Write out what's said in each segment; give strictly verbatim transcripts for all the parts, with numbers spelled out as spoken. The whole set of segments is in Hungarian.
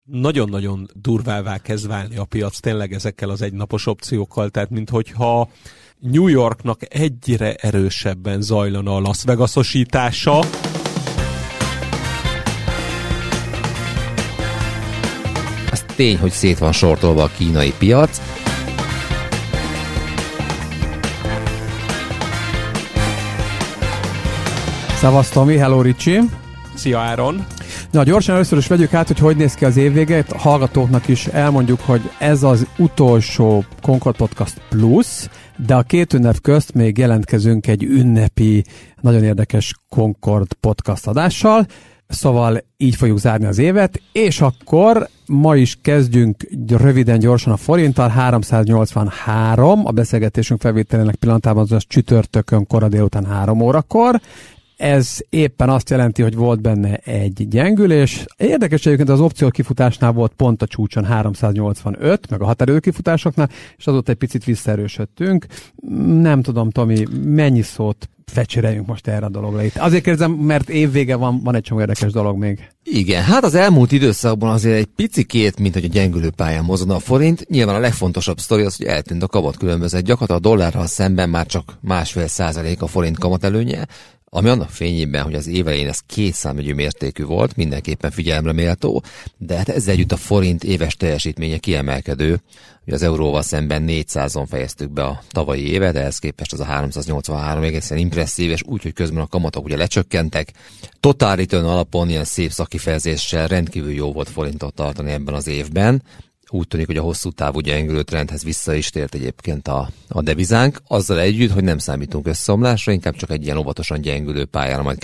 Nagyon-nagyon durvává kezd válni a piac tényleg ezekkel az egynapos opciókkal, tehát minthogyha New Yorknak egyre erősebben zajlana a Las Vegas-osítása. Az tény, hogy szét van sortolva a kínai piac. Szavasz Tomi, hello Ricsi. Szia Áron. Na, gyorsan először is vegyük át, hogy hogy néz ki az évvége. A hallgatóknak is elmondjuk, hogy ez az utolsó Concord Podcast Plus, de a két ünnep közt még jelentkezünk egy ünnepi, nagyon érdekes Concord Podcast adással. Szóval így fogjuk zárni az évet, és akkor ma is kezdjünk röviden, gyorsan a forinttal. háromszáznyolcvanhárom a beszélgetésünk felvételének pillanatában, az csütörtökön kora délután három órakor. Ez éppen azt jelenti, hogy volt benne egy gyengülés. Érdekes egyébként, az opció kifutásnál volt pont a csúcson háromszáznyolcvanöt, meg a határidő kifutásoknál, és azóta egy picit visszaerősödtünk. Nem tudom, Tomi, mennyi szót fecséreljünk most erre a dologra itt. Azért kérdezem, mert évvége van, van egy csomó érdekes dolog még. Igen, hát az elmúlt időszakban azért egy picikét, mint hogy a gyengülő pályán mozogna a forint. Nyilván a legfontosabb sztori az, hogy eltűnt a kamat különbözet. Gyakorlatilag a dollárral szemben már csak másfél százalék a forint kamat előnye, ami annak fényében, hogy az év elején ez kétszámjegyű mértékű volt, mindenképpen figyelemre méltó, de hát ezzel együtt a forint éves teljesítménye kiemelkedő, hogy az euróval szemben négyszázon fejeztük be a tavalyi évet, de ehhez képest az a háromszáznyolcvanhárom egészen impresszív, és úgy, hogy közben a kamatok ugye lecsökkentek. Total return alapon ilyen szép szakifejezéssel rendkívül jó volt forintot tartani ebben az évben. Úgy tűnik, hogy a hosszú távú gyengülő trendhez vissza is tért egyébként a, a devizánk, azzal együtt, hogy nem számítunk összeomlásra, inkább csak egy ilyen óvatosan gyengülő pályára majd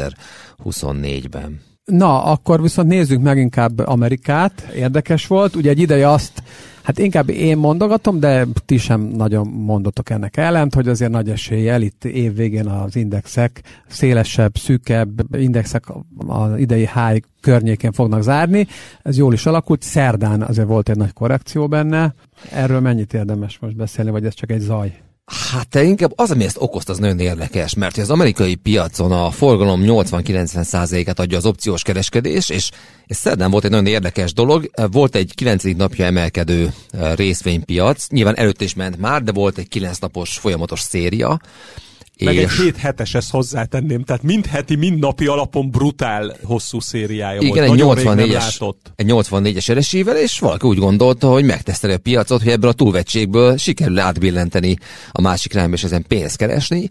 kétezer-huszonnégyben. Na, akkor viszont nézzük meg inkább Amerikát. Érdekes volt. Ugye egy ideje azt, hát inkább én mondogatom, de ti sem nagyon mondotok ennek ellent, hogy azért nagy eséllyel itt évvégén az indexek szélesebb, szűkebb indexek az idei high környékén fognak zárni. Ez jól is alakult. Szerdán azért volt egy nagy korrekció benne. Erről mennyit érdemes most beszélni, vagy ez csak egy zaj? Hát inkább az, ami ezt okozta, az nagyon érdekes, mert az amerikai piacon a forgalom nyolcvan-kilencven százalékát adja az opciós kereskedés, és, és szerdán volt egy nagyon érdekes dolog, volt egy kilencedik napja emelkedő részvénypiac, nyilván előtt is ment már, de volt egy kilenc napos folyamatos széria. Meg és... egy hét hetes, ezt hozzátenném, tehát mind heti, mind napi alapon brutál hosszú szériája igen, volt. Egy nyolcvannégyes, egy nyolcvannégyes eresével, és valaki úgy gondolta, hogy megteszteli a piacot, hogy ebből a túlvettségből sikerül átbillenteni a másik irányba, és ezen pénzt keresni,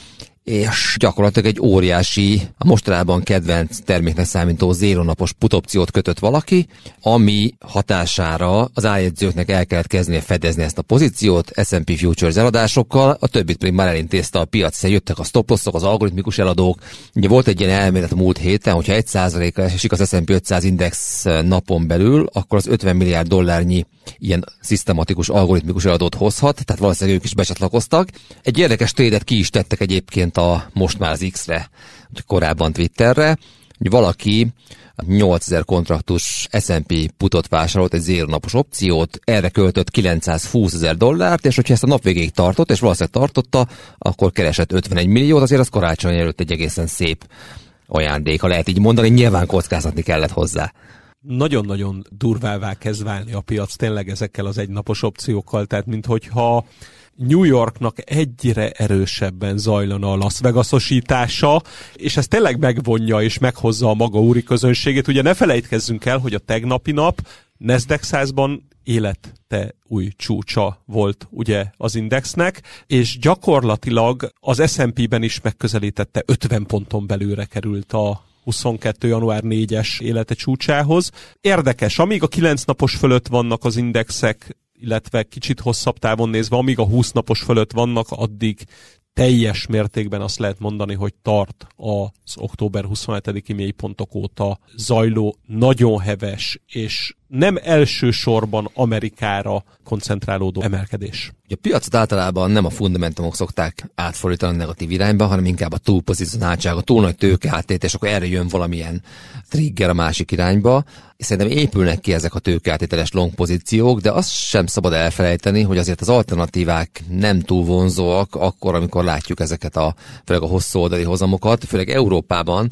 és gyakorlatilag egy óriási, a mostanában kedvenc terméknek számító zéronapos put-opciót kötött valaki, ami hatására az ájegyzőknek el kellett kezdenie fedezni ezt a pozíciót es and pé Futures eladásokkal, a többit pedig már elintézte a piac, hiszen jöttek a stop-losszok, az algoritmikus eladók. Ugye volt egy ilyen elmélet a múlt héten, hogyha egy százalékra esik az es and pé ötszáz index napon belül, akkor az ötven milliárd dollárnyi ilyen szisztematikus algoritmikus eladót hozhat, tehát valószínűleg ők is becsatlakoztak. Egy érdekes trédet ki is tettek egyébként a most már az X-re, korábban Twitterre, hogy valaki nyolcezer kontraktus es and pé putot vásárolt, egy zéronapos opciót, erre költött kilencszázhúszezer dollárt, és hogyha ezt a nap végéig tartott, és valószínűleg tartotta, akkor keresett ötvenegy milliót, azért az karácsony előtt egy egészen szép ajándék, ha lehet így mondani, nyilván kockázatni kellett hozzá. Nagyon-nagyon durvává kezd válni a piac tényleg ezekkel az egynapos opciókkal, tehát minthogyha New Yorknak egyre erősebben zajlana a Las Vegas-osítása, és ez tényleg megvonja és meghozza a maga úri közönségét. Ugye ne felejtkezzünk el, hogy a tegnapi nap Nasdaq százban élete új csúcsa volt ugye az indexnek, és gyakorlatilag az es and pé-ben is megközelítette, ötven ponton belülre került a huszonkettő január négyes élete csúcsához. Érdekes, amíg a kilenc napos fölött vannak az indexek, illetve kicsit hosszabb távon nézve, amíg a húsz napos fölött vannak, addig teljes mértékben azt lehet mondani, hogy tart az október huszonhetediki mélypontok óta zajló, nagyon heves és nem elsősorban Amerikára koncentrálódó emelkedés. A piacot általában nem a fundamentumok szokták átfordítani a negatív irányba, hanem inkább a túlpozícionáltság, a túl nagy tőkeáttét, és akkor erre jön valamilyen trigger a másik irányba. Szerintem épülnek ki ezek a tőkeáttételes long pozíciók, de azt sem szabad elfelejteni, hogy azért az alternatívák nem túl vonzóak akkor, amikor látjuk ezeket a, főleg a hosszú oldali hozamokat, főleg Európában.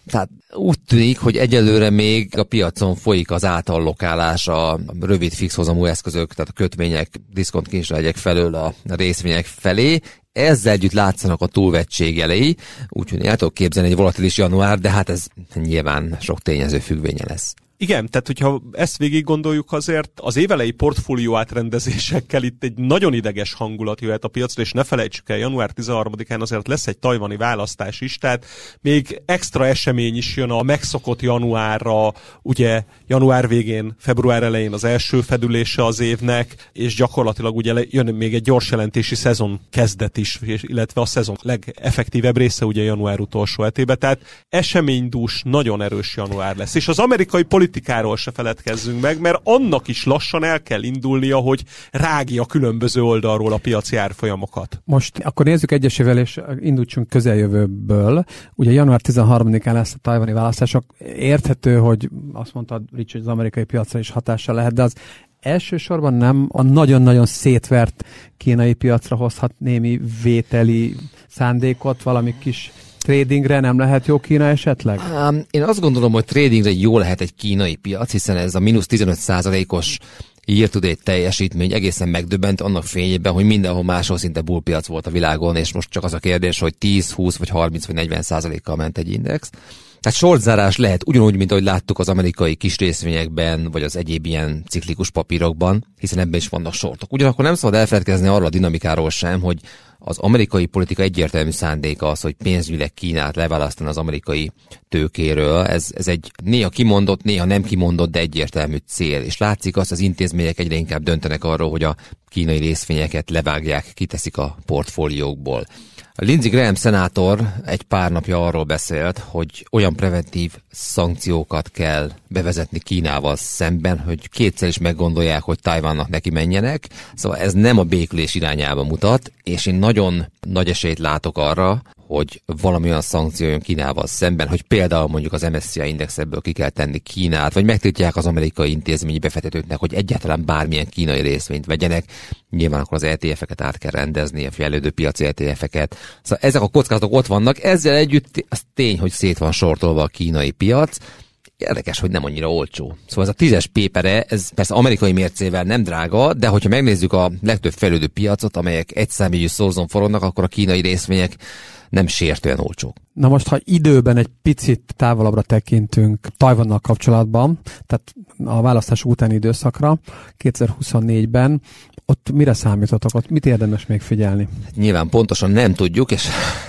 Tehát úgy tűnik, hogy egyelőre még a piacon folyik az átallokálás a rövid fixhozamú eszközök, tehát a kötvények, diszkontkincsrejegyek felől a részvények felé. Ezzel együtt látszanak a túlvettség jelei, úgyhogy el tudok képzelni egy volatilis január, de hát ez nyilván sok tényező függvénye lesz. Igen, tehát hogyha ezt végig gondoljuk, azért az évelei portfólió átrendezésekkel itt egy nagyon ideges hangulat jöhet a piacra, és ne felejtsük el, január tizenharmadikán azért lesz egy tajvani választás is, tehát még extra esemény is jön a megszokott januárra, ugye január végén, február elején az első fedülése az évnek, és gyakorlatilag ugye jön még egy gyors jelentési szezon kezdet is, illetve a szezon legeffektívebb része ugye január utolsó hetébe, tehát eseménydús, nagyon erős január lesz. És az amerikai politikáról se feledkezzünk meg, mert annak is lassan el kell indulnia, hogy rágja különböző oldalról a piaci árfolyamokat. Most akkor nézzük egyesével, és indultsunk közeljövőből. Ugye január tizenharmadikán lesz a tajvani választások. Érthető, hogy azt mondtad, Rich, hogy az amerikai piacra is hatással lehet, de az elsősorban nem a nagyon-nagyon szétvert kínai piacra hozhat némi vételi szándékot, valami kis tradingre nem lehet jó Kína esetleg? Um, én azt gondolom, hogy tradingre jó lehet egy kínai piac, hiszen ez a mínusz tizenöt százalékos year-to-date teljesítmény egészen megdöbbent annak fényében, hogy mindenhol máshol szinte bullpiac volt a világon, és most csak az a kérdés, hogy tíz, húsz, vagy harminc, vagy negyven százalékkal ment egy index. Tehát sortzárás lehet ugyanúgy, mint ahogy láttuk az amerikai kis részvényekben, vagy az egyéb ilyen ciklikus papírokban, hiszen ebben is vannak sortok. Ugyanakkor nem szabad elfeledkezni arról a dinamikáról sem, hogy az amerikai politika egyértelmű szándéka az, hogy pénzügyileg Kínát leválasztani az amerikai tőkéről. Ez, ez egy néha kimondott, néha nem kimondott, de egyértelmű cél. És látszik azt, az intézmények egyre inkább döntenek arról, hogy a kínai részvényeket levágják, kiteszik a portfóliókból. A Lindsey Graham szenátor egy pár napja arról beszélt, hogy olyan preventív szankciókat kell bevezetni Kínával szemben, hogy kétszer is meggondolják, hogy Tajvannak neki menjenek. Szóval ez nem a békülés irányába mutat, és én nagyon nagy esélyt látok arra, hogy valami olyan szankció jön Kínával szemben, hogy például mondjuk az em es cé i indexebből ki kell tenni Kínát, vagy megtiltják az amerikai intézményi befektetőknek, hogy egyáltalán bármilyen kínai részvényt vegyenek. Nyilván akkor az é té ef-eket át kell rendezni, a fejlődő piaci é té ef-eket. Szóval ezek a kockázatok ott vannak, ezzel együtt az tény, hogy szét van sortolva a kínai piac. Érdekes, hogy nem annyira olcsó. Szóval ez a tízes pépere, ez persze amerikai mércével nem drága, de hogyha megnézzük a legtöbb fejlődő piacot, amelyek egy számjegyű szorzón forognak, akkor a kínai részvények nem sértően olcsók. Na most, ha időben egy picit távolabbra tekintünk Tajvannal kapcsolatban, tehát a választás utáni időszakra, kétezer-huszonnégyben, ott mire számítotok? Ott mit érdemes még figyelni? Nyilván pontosan nem tudjuk, és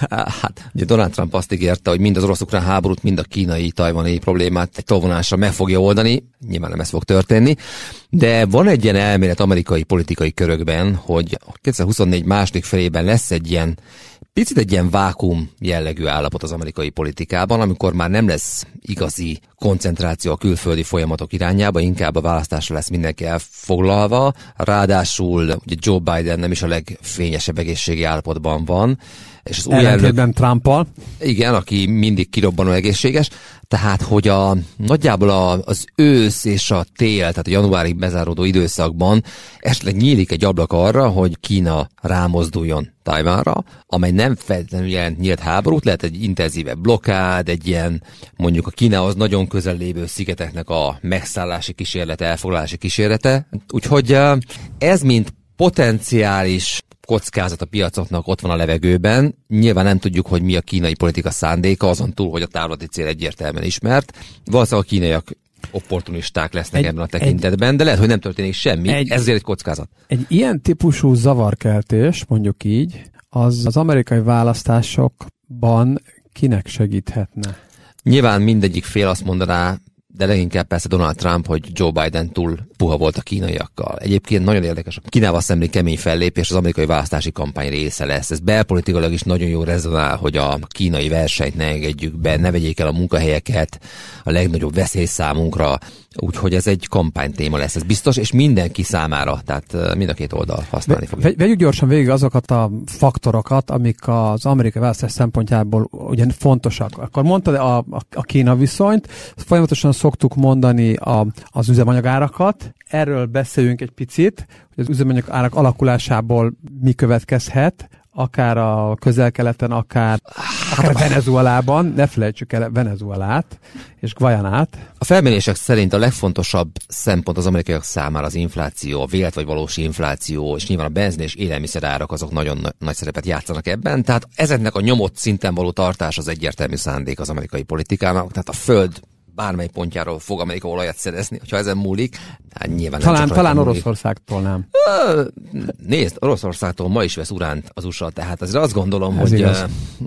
hát ugye Donald Trump azt ígérte, hogy mind az orosz-ukrán háborút, mind a kínai-tajvani problémát egy tolvonásra meg fogja oldani. Nyilván nem ez fog történni, de van egy ilyen elmélet amerikai politikai körökben, hogy kétezer-huszonnégy második felében lesz egy ilyen picit egy ilyen vákum jellegű állapot az amerikai politikában, amikor már nem lesz igazi koncentráció a külföldi folyamatok irányába, inkább a választásra lesz mindenki elfoglalva. Ráadásul ugye Joe Biden nem is a legfényesebb egészségi állapotban van. És az új elnök, Trumpal. Igen, aki mindig kirobbanó egészséges. Tehát, hogy a, nagyjából a, az ősz és a tél, tehát a januárig bezáródó időszakban esetleg nyílik egy ablak arra, hogy Kína rámozduljon Tajvanra, amely nem feltétlenül jelent nyílt háborút, lehet egy intenzívebb blokkád, egy ilyen mondjuk a Kínához nagyon közel lévő szigeteknek a megszállási kísérlete, elfoglalási kísérlete. Úgyhogy ez mint potenciális kockázat a piacoknak ott van a levegőben. Nyilván nem tudjuk, hogy mi a kínai politika szándéka, azon túl, hogy a távlati cél egyértelműen ismert. Valószínűleg a kínaiak opportunisták lesznek egy, ebben a tekintetben, egy, de lehet, hogy nem történik semmi, egy, ezért egy kockázat. Egy ilyen típusú zavarkeltés, mondjuk így, az az amerikai választásokban kinek segíthetne? Nyilván mindegyik fél azt mondaná, de leginkább persze Donald Trump, hogy Joe Biden túl puha volt a kínaiakkal. Egyébként nagyon érdekes, a Kínával szembeni kemény fellépés az amerikai választási kampány része lesz. Ez belpolitikailag is nagyon jó rezonál, hogy a kínai versenyt ne engedjük be, ne vegyék el a munkahelyeket, a legnagyobb veszély számunkra. Úgyhogy ez egy kampánytéma lesz, ez biztos, és mindenki számára, tehát mind a két oldal használni fogja. Vegyük gyorsan végig azokat a faktorokat, amik az amerikai választás szempontjából ugye fontosak. Akkor mondtad a, a, a Kína viszonyt, folyamatosan szoktuk mondani a, az üzemanyagárakat, erről beszéljünk egy picit, hogy az üzemanyagárak alakulásából mi következhet akár a Közel-Keleten, akár, akár Venezuelában, ne felejtsük el Venezuelát és Guajanát. A felmérések szerint a legfontosabb szempont az amerikaiak számára az infláció, a vélt vagy valós infláció, és nyilván a benzin és élelmiszerárak azok nagyon nagy szerepet játszanak ebben. Tehát ezeknek a nyomott szinten való tartás az egyértelmű szándék az amerikai politikának. Tehát a föld bármely pontjáról fog Amerika olajat szerezni, hogyha ezen múlik. Hát nyilván nem talán csak talán Oroszországtól nem. Nézd, Oroszországtól ma is vesz uránt az u es á, tehát azért azt gondolom, Ez hogy igaz.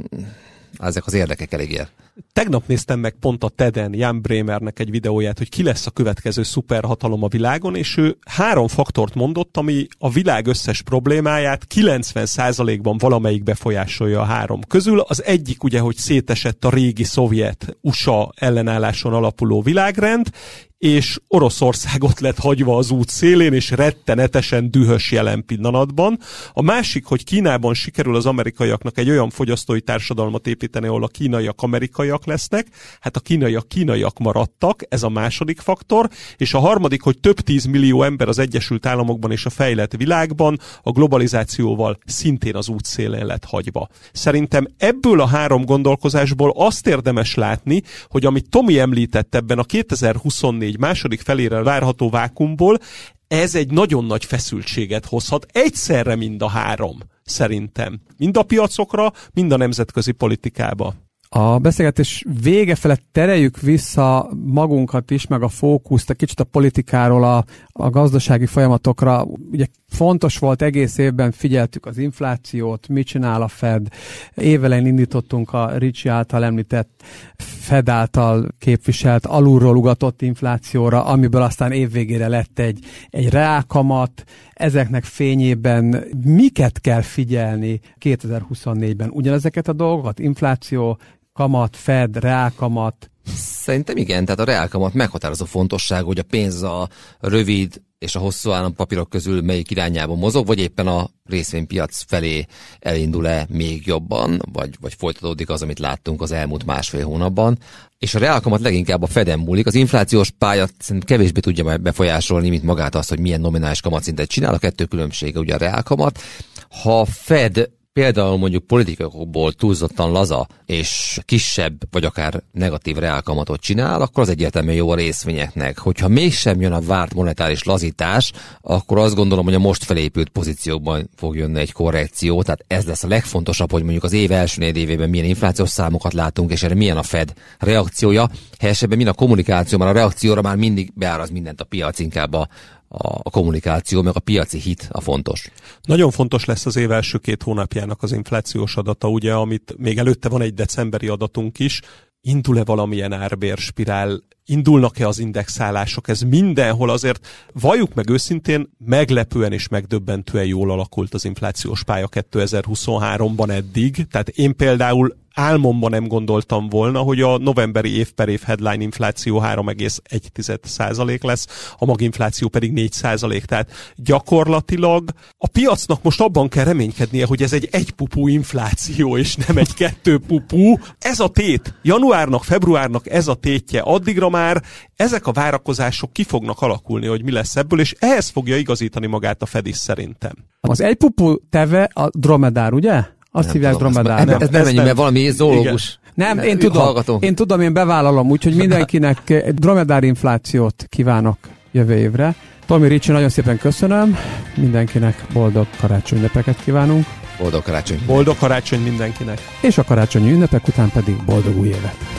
ezek az érdekek elég ér. Tegnap néztem meg pont a TED-en Jan Bremernek egy videóját, hogy ki lesz a következő szuperhatalom a világon, és ő három faktort mondott, ami a világ összes problémáját kilencven százalékban valamelyik befolyásolja a három közül. Az egyik ugye, hogy szétesett a régi szovjet u es á ellenálláson alapuló világrend, és Oroszország ott lett hagyva az út szélén, és rettenetesen dühös jelen pillanatban. A másik, hogy Kínában sikerül az amerikaiaknak egy olyan fogyasztói társadalmat építeni, ahol a kínaiak amerikaiak lesznek, hát a kínaiak kínaiak maradtak, ez a második faktor, és a harmadik, hogy több tízmillió ember az Egyesült Államokban és a fejlett világban a globalizációval szintén az út szélén lett hagyva. Szerintem ebből a három gondolkozásból azt érdemes látni, hogy amit Tomi említett ebben a kétezer-huszonnégy második felére várható vákumból, ez egy nagyon nagy feszültséget hozhat egyszerre mind a három, szerintem. Mind a piacokra, mind a nemzetközi politikába. A beszélgetés vége felett tereljük vissza magunkat is, meg a fókuszt, egy kicsit a politikáról, a, a gazdasági folyamatokra. Ugye fontos volt, egész évben figyeltük az inflációt, mit csinál a Fed. Évelején indítottunk a Ricci által említett Fed által képviselt, alulról ugatott inflációra, amiből aztán évvégére lett egy, egy reálkamat. Ezeknek fényében miket kell figyelni kétezer-huszonnégyben? Ugyanezeket a dolgokat? Infláció, kamat, Fed, reálkamat? Szerintem igen, tehát a reálkamat meghatározó fontosság, hogy a pénz a rövid és a hosszú állampapírok közül melyik irányába mozog, vagy éppen a részvénypiac felé elindul-e még jobban, vagy, vagy folytatódik az, amit láttunk az elmúlt másfél hónapban. És a reálkamat leginkább a Feden múlik. Az inflációs pálya kevésbé tudja befolyásolni, mint magát azt, hogy milyen nominális kamatszintet csinál. A kettő különbsége ugye a reálkamat. Ha a Fed például mondjuk politikaiokból túlzottan laza és kisebb, vagy akár negatív reálkamatot csinál, akkor az egyértelműen jó a részvényeknek. Hogyha mégsem jön a várt monetáris lazítás, akkor azt gondolom, hogy a most felépült pozíciókban fog jönni egy korrekció, tehát ez lesz a legfontosabb, hogy mondjuk az év első negyedévében milyen inflációs számokat látunk, és erre milyen a Fed reakciója. Helyesebben milyen a kommunikáció, mert a reakcióra már mindig beáraz mindent a piac, inkább a a kommunikáció, meg a piaci hit a fontos. Nagyon fontos lesz az év első két hónapjának az inflációs adata, ugye, amit még előtte van egy decemberi adatunk is. Indul-e valamilyen árbérspirál? Indulnak-e az indexálások? Ez mindenhol azért, valljuk meg őszintén, meglepően és megdöbbentően jól alakult az inflációs pálya kétezer-huszonháromban eddig. Tehát én például álmomban nem gondoltam volna, hogy a novemberi év per év headline infláció három egész egy százalék lesz, a maginfláció pedig négy százalék. Tehát gyakorlatilag a piacnak most abban kell reménykednie, hogy ez egy egypupú infláció, és nem egy kettőpupú. Ez a tét. Januárnak, februárnak ez a tétje. Addigra már ezek a várakozások ki fognak alakulni, hogy mi lesz ebből, és ehhez fogja igazítani magát a Fed is szerintem. Az egypupú teve a dromedár, ugye? Azt nem hívják tudom, dromedár. Nem, ez nem menjünk, mert valami zoológus. Nem, én tudom, hallgatom. én tudom, én bevállalom, úgyhogy mindenkinek egy dromedár inflációt kívánok jövő évre. Tomi, Ricci, nagyon szépen köszönöm, mindenkinek boldog karácsony ünnepeket kívánunk. Boldog karácsony. Boldog karácsony mindenkinek. És a karácsonyi ünnepek után pedig boldog új évet.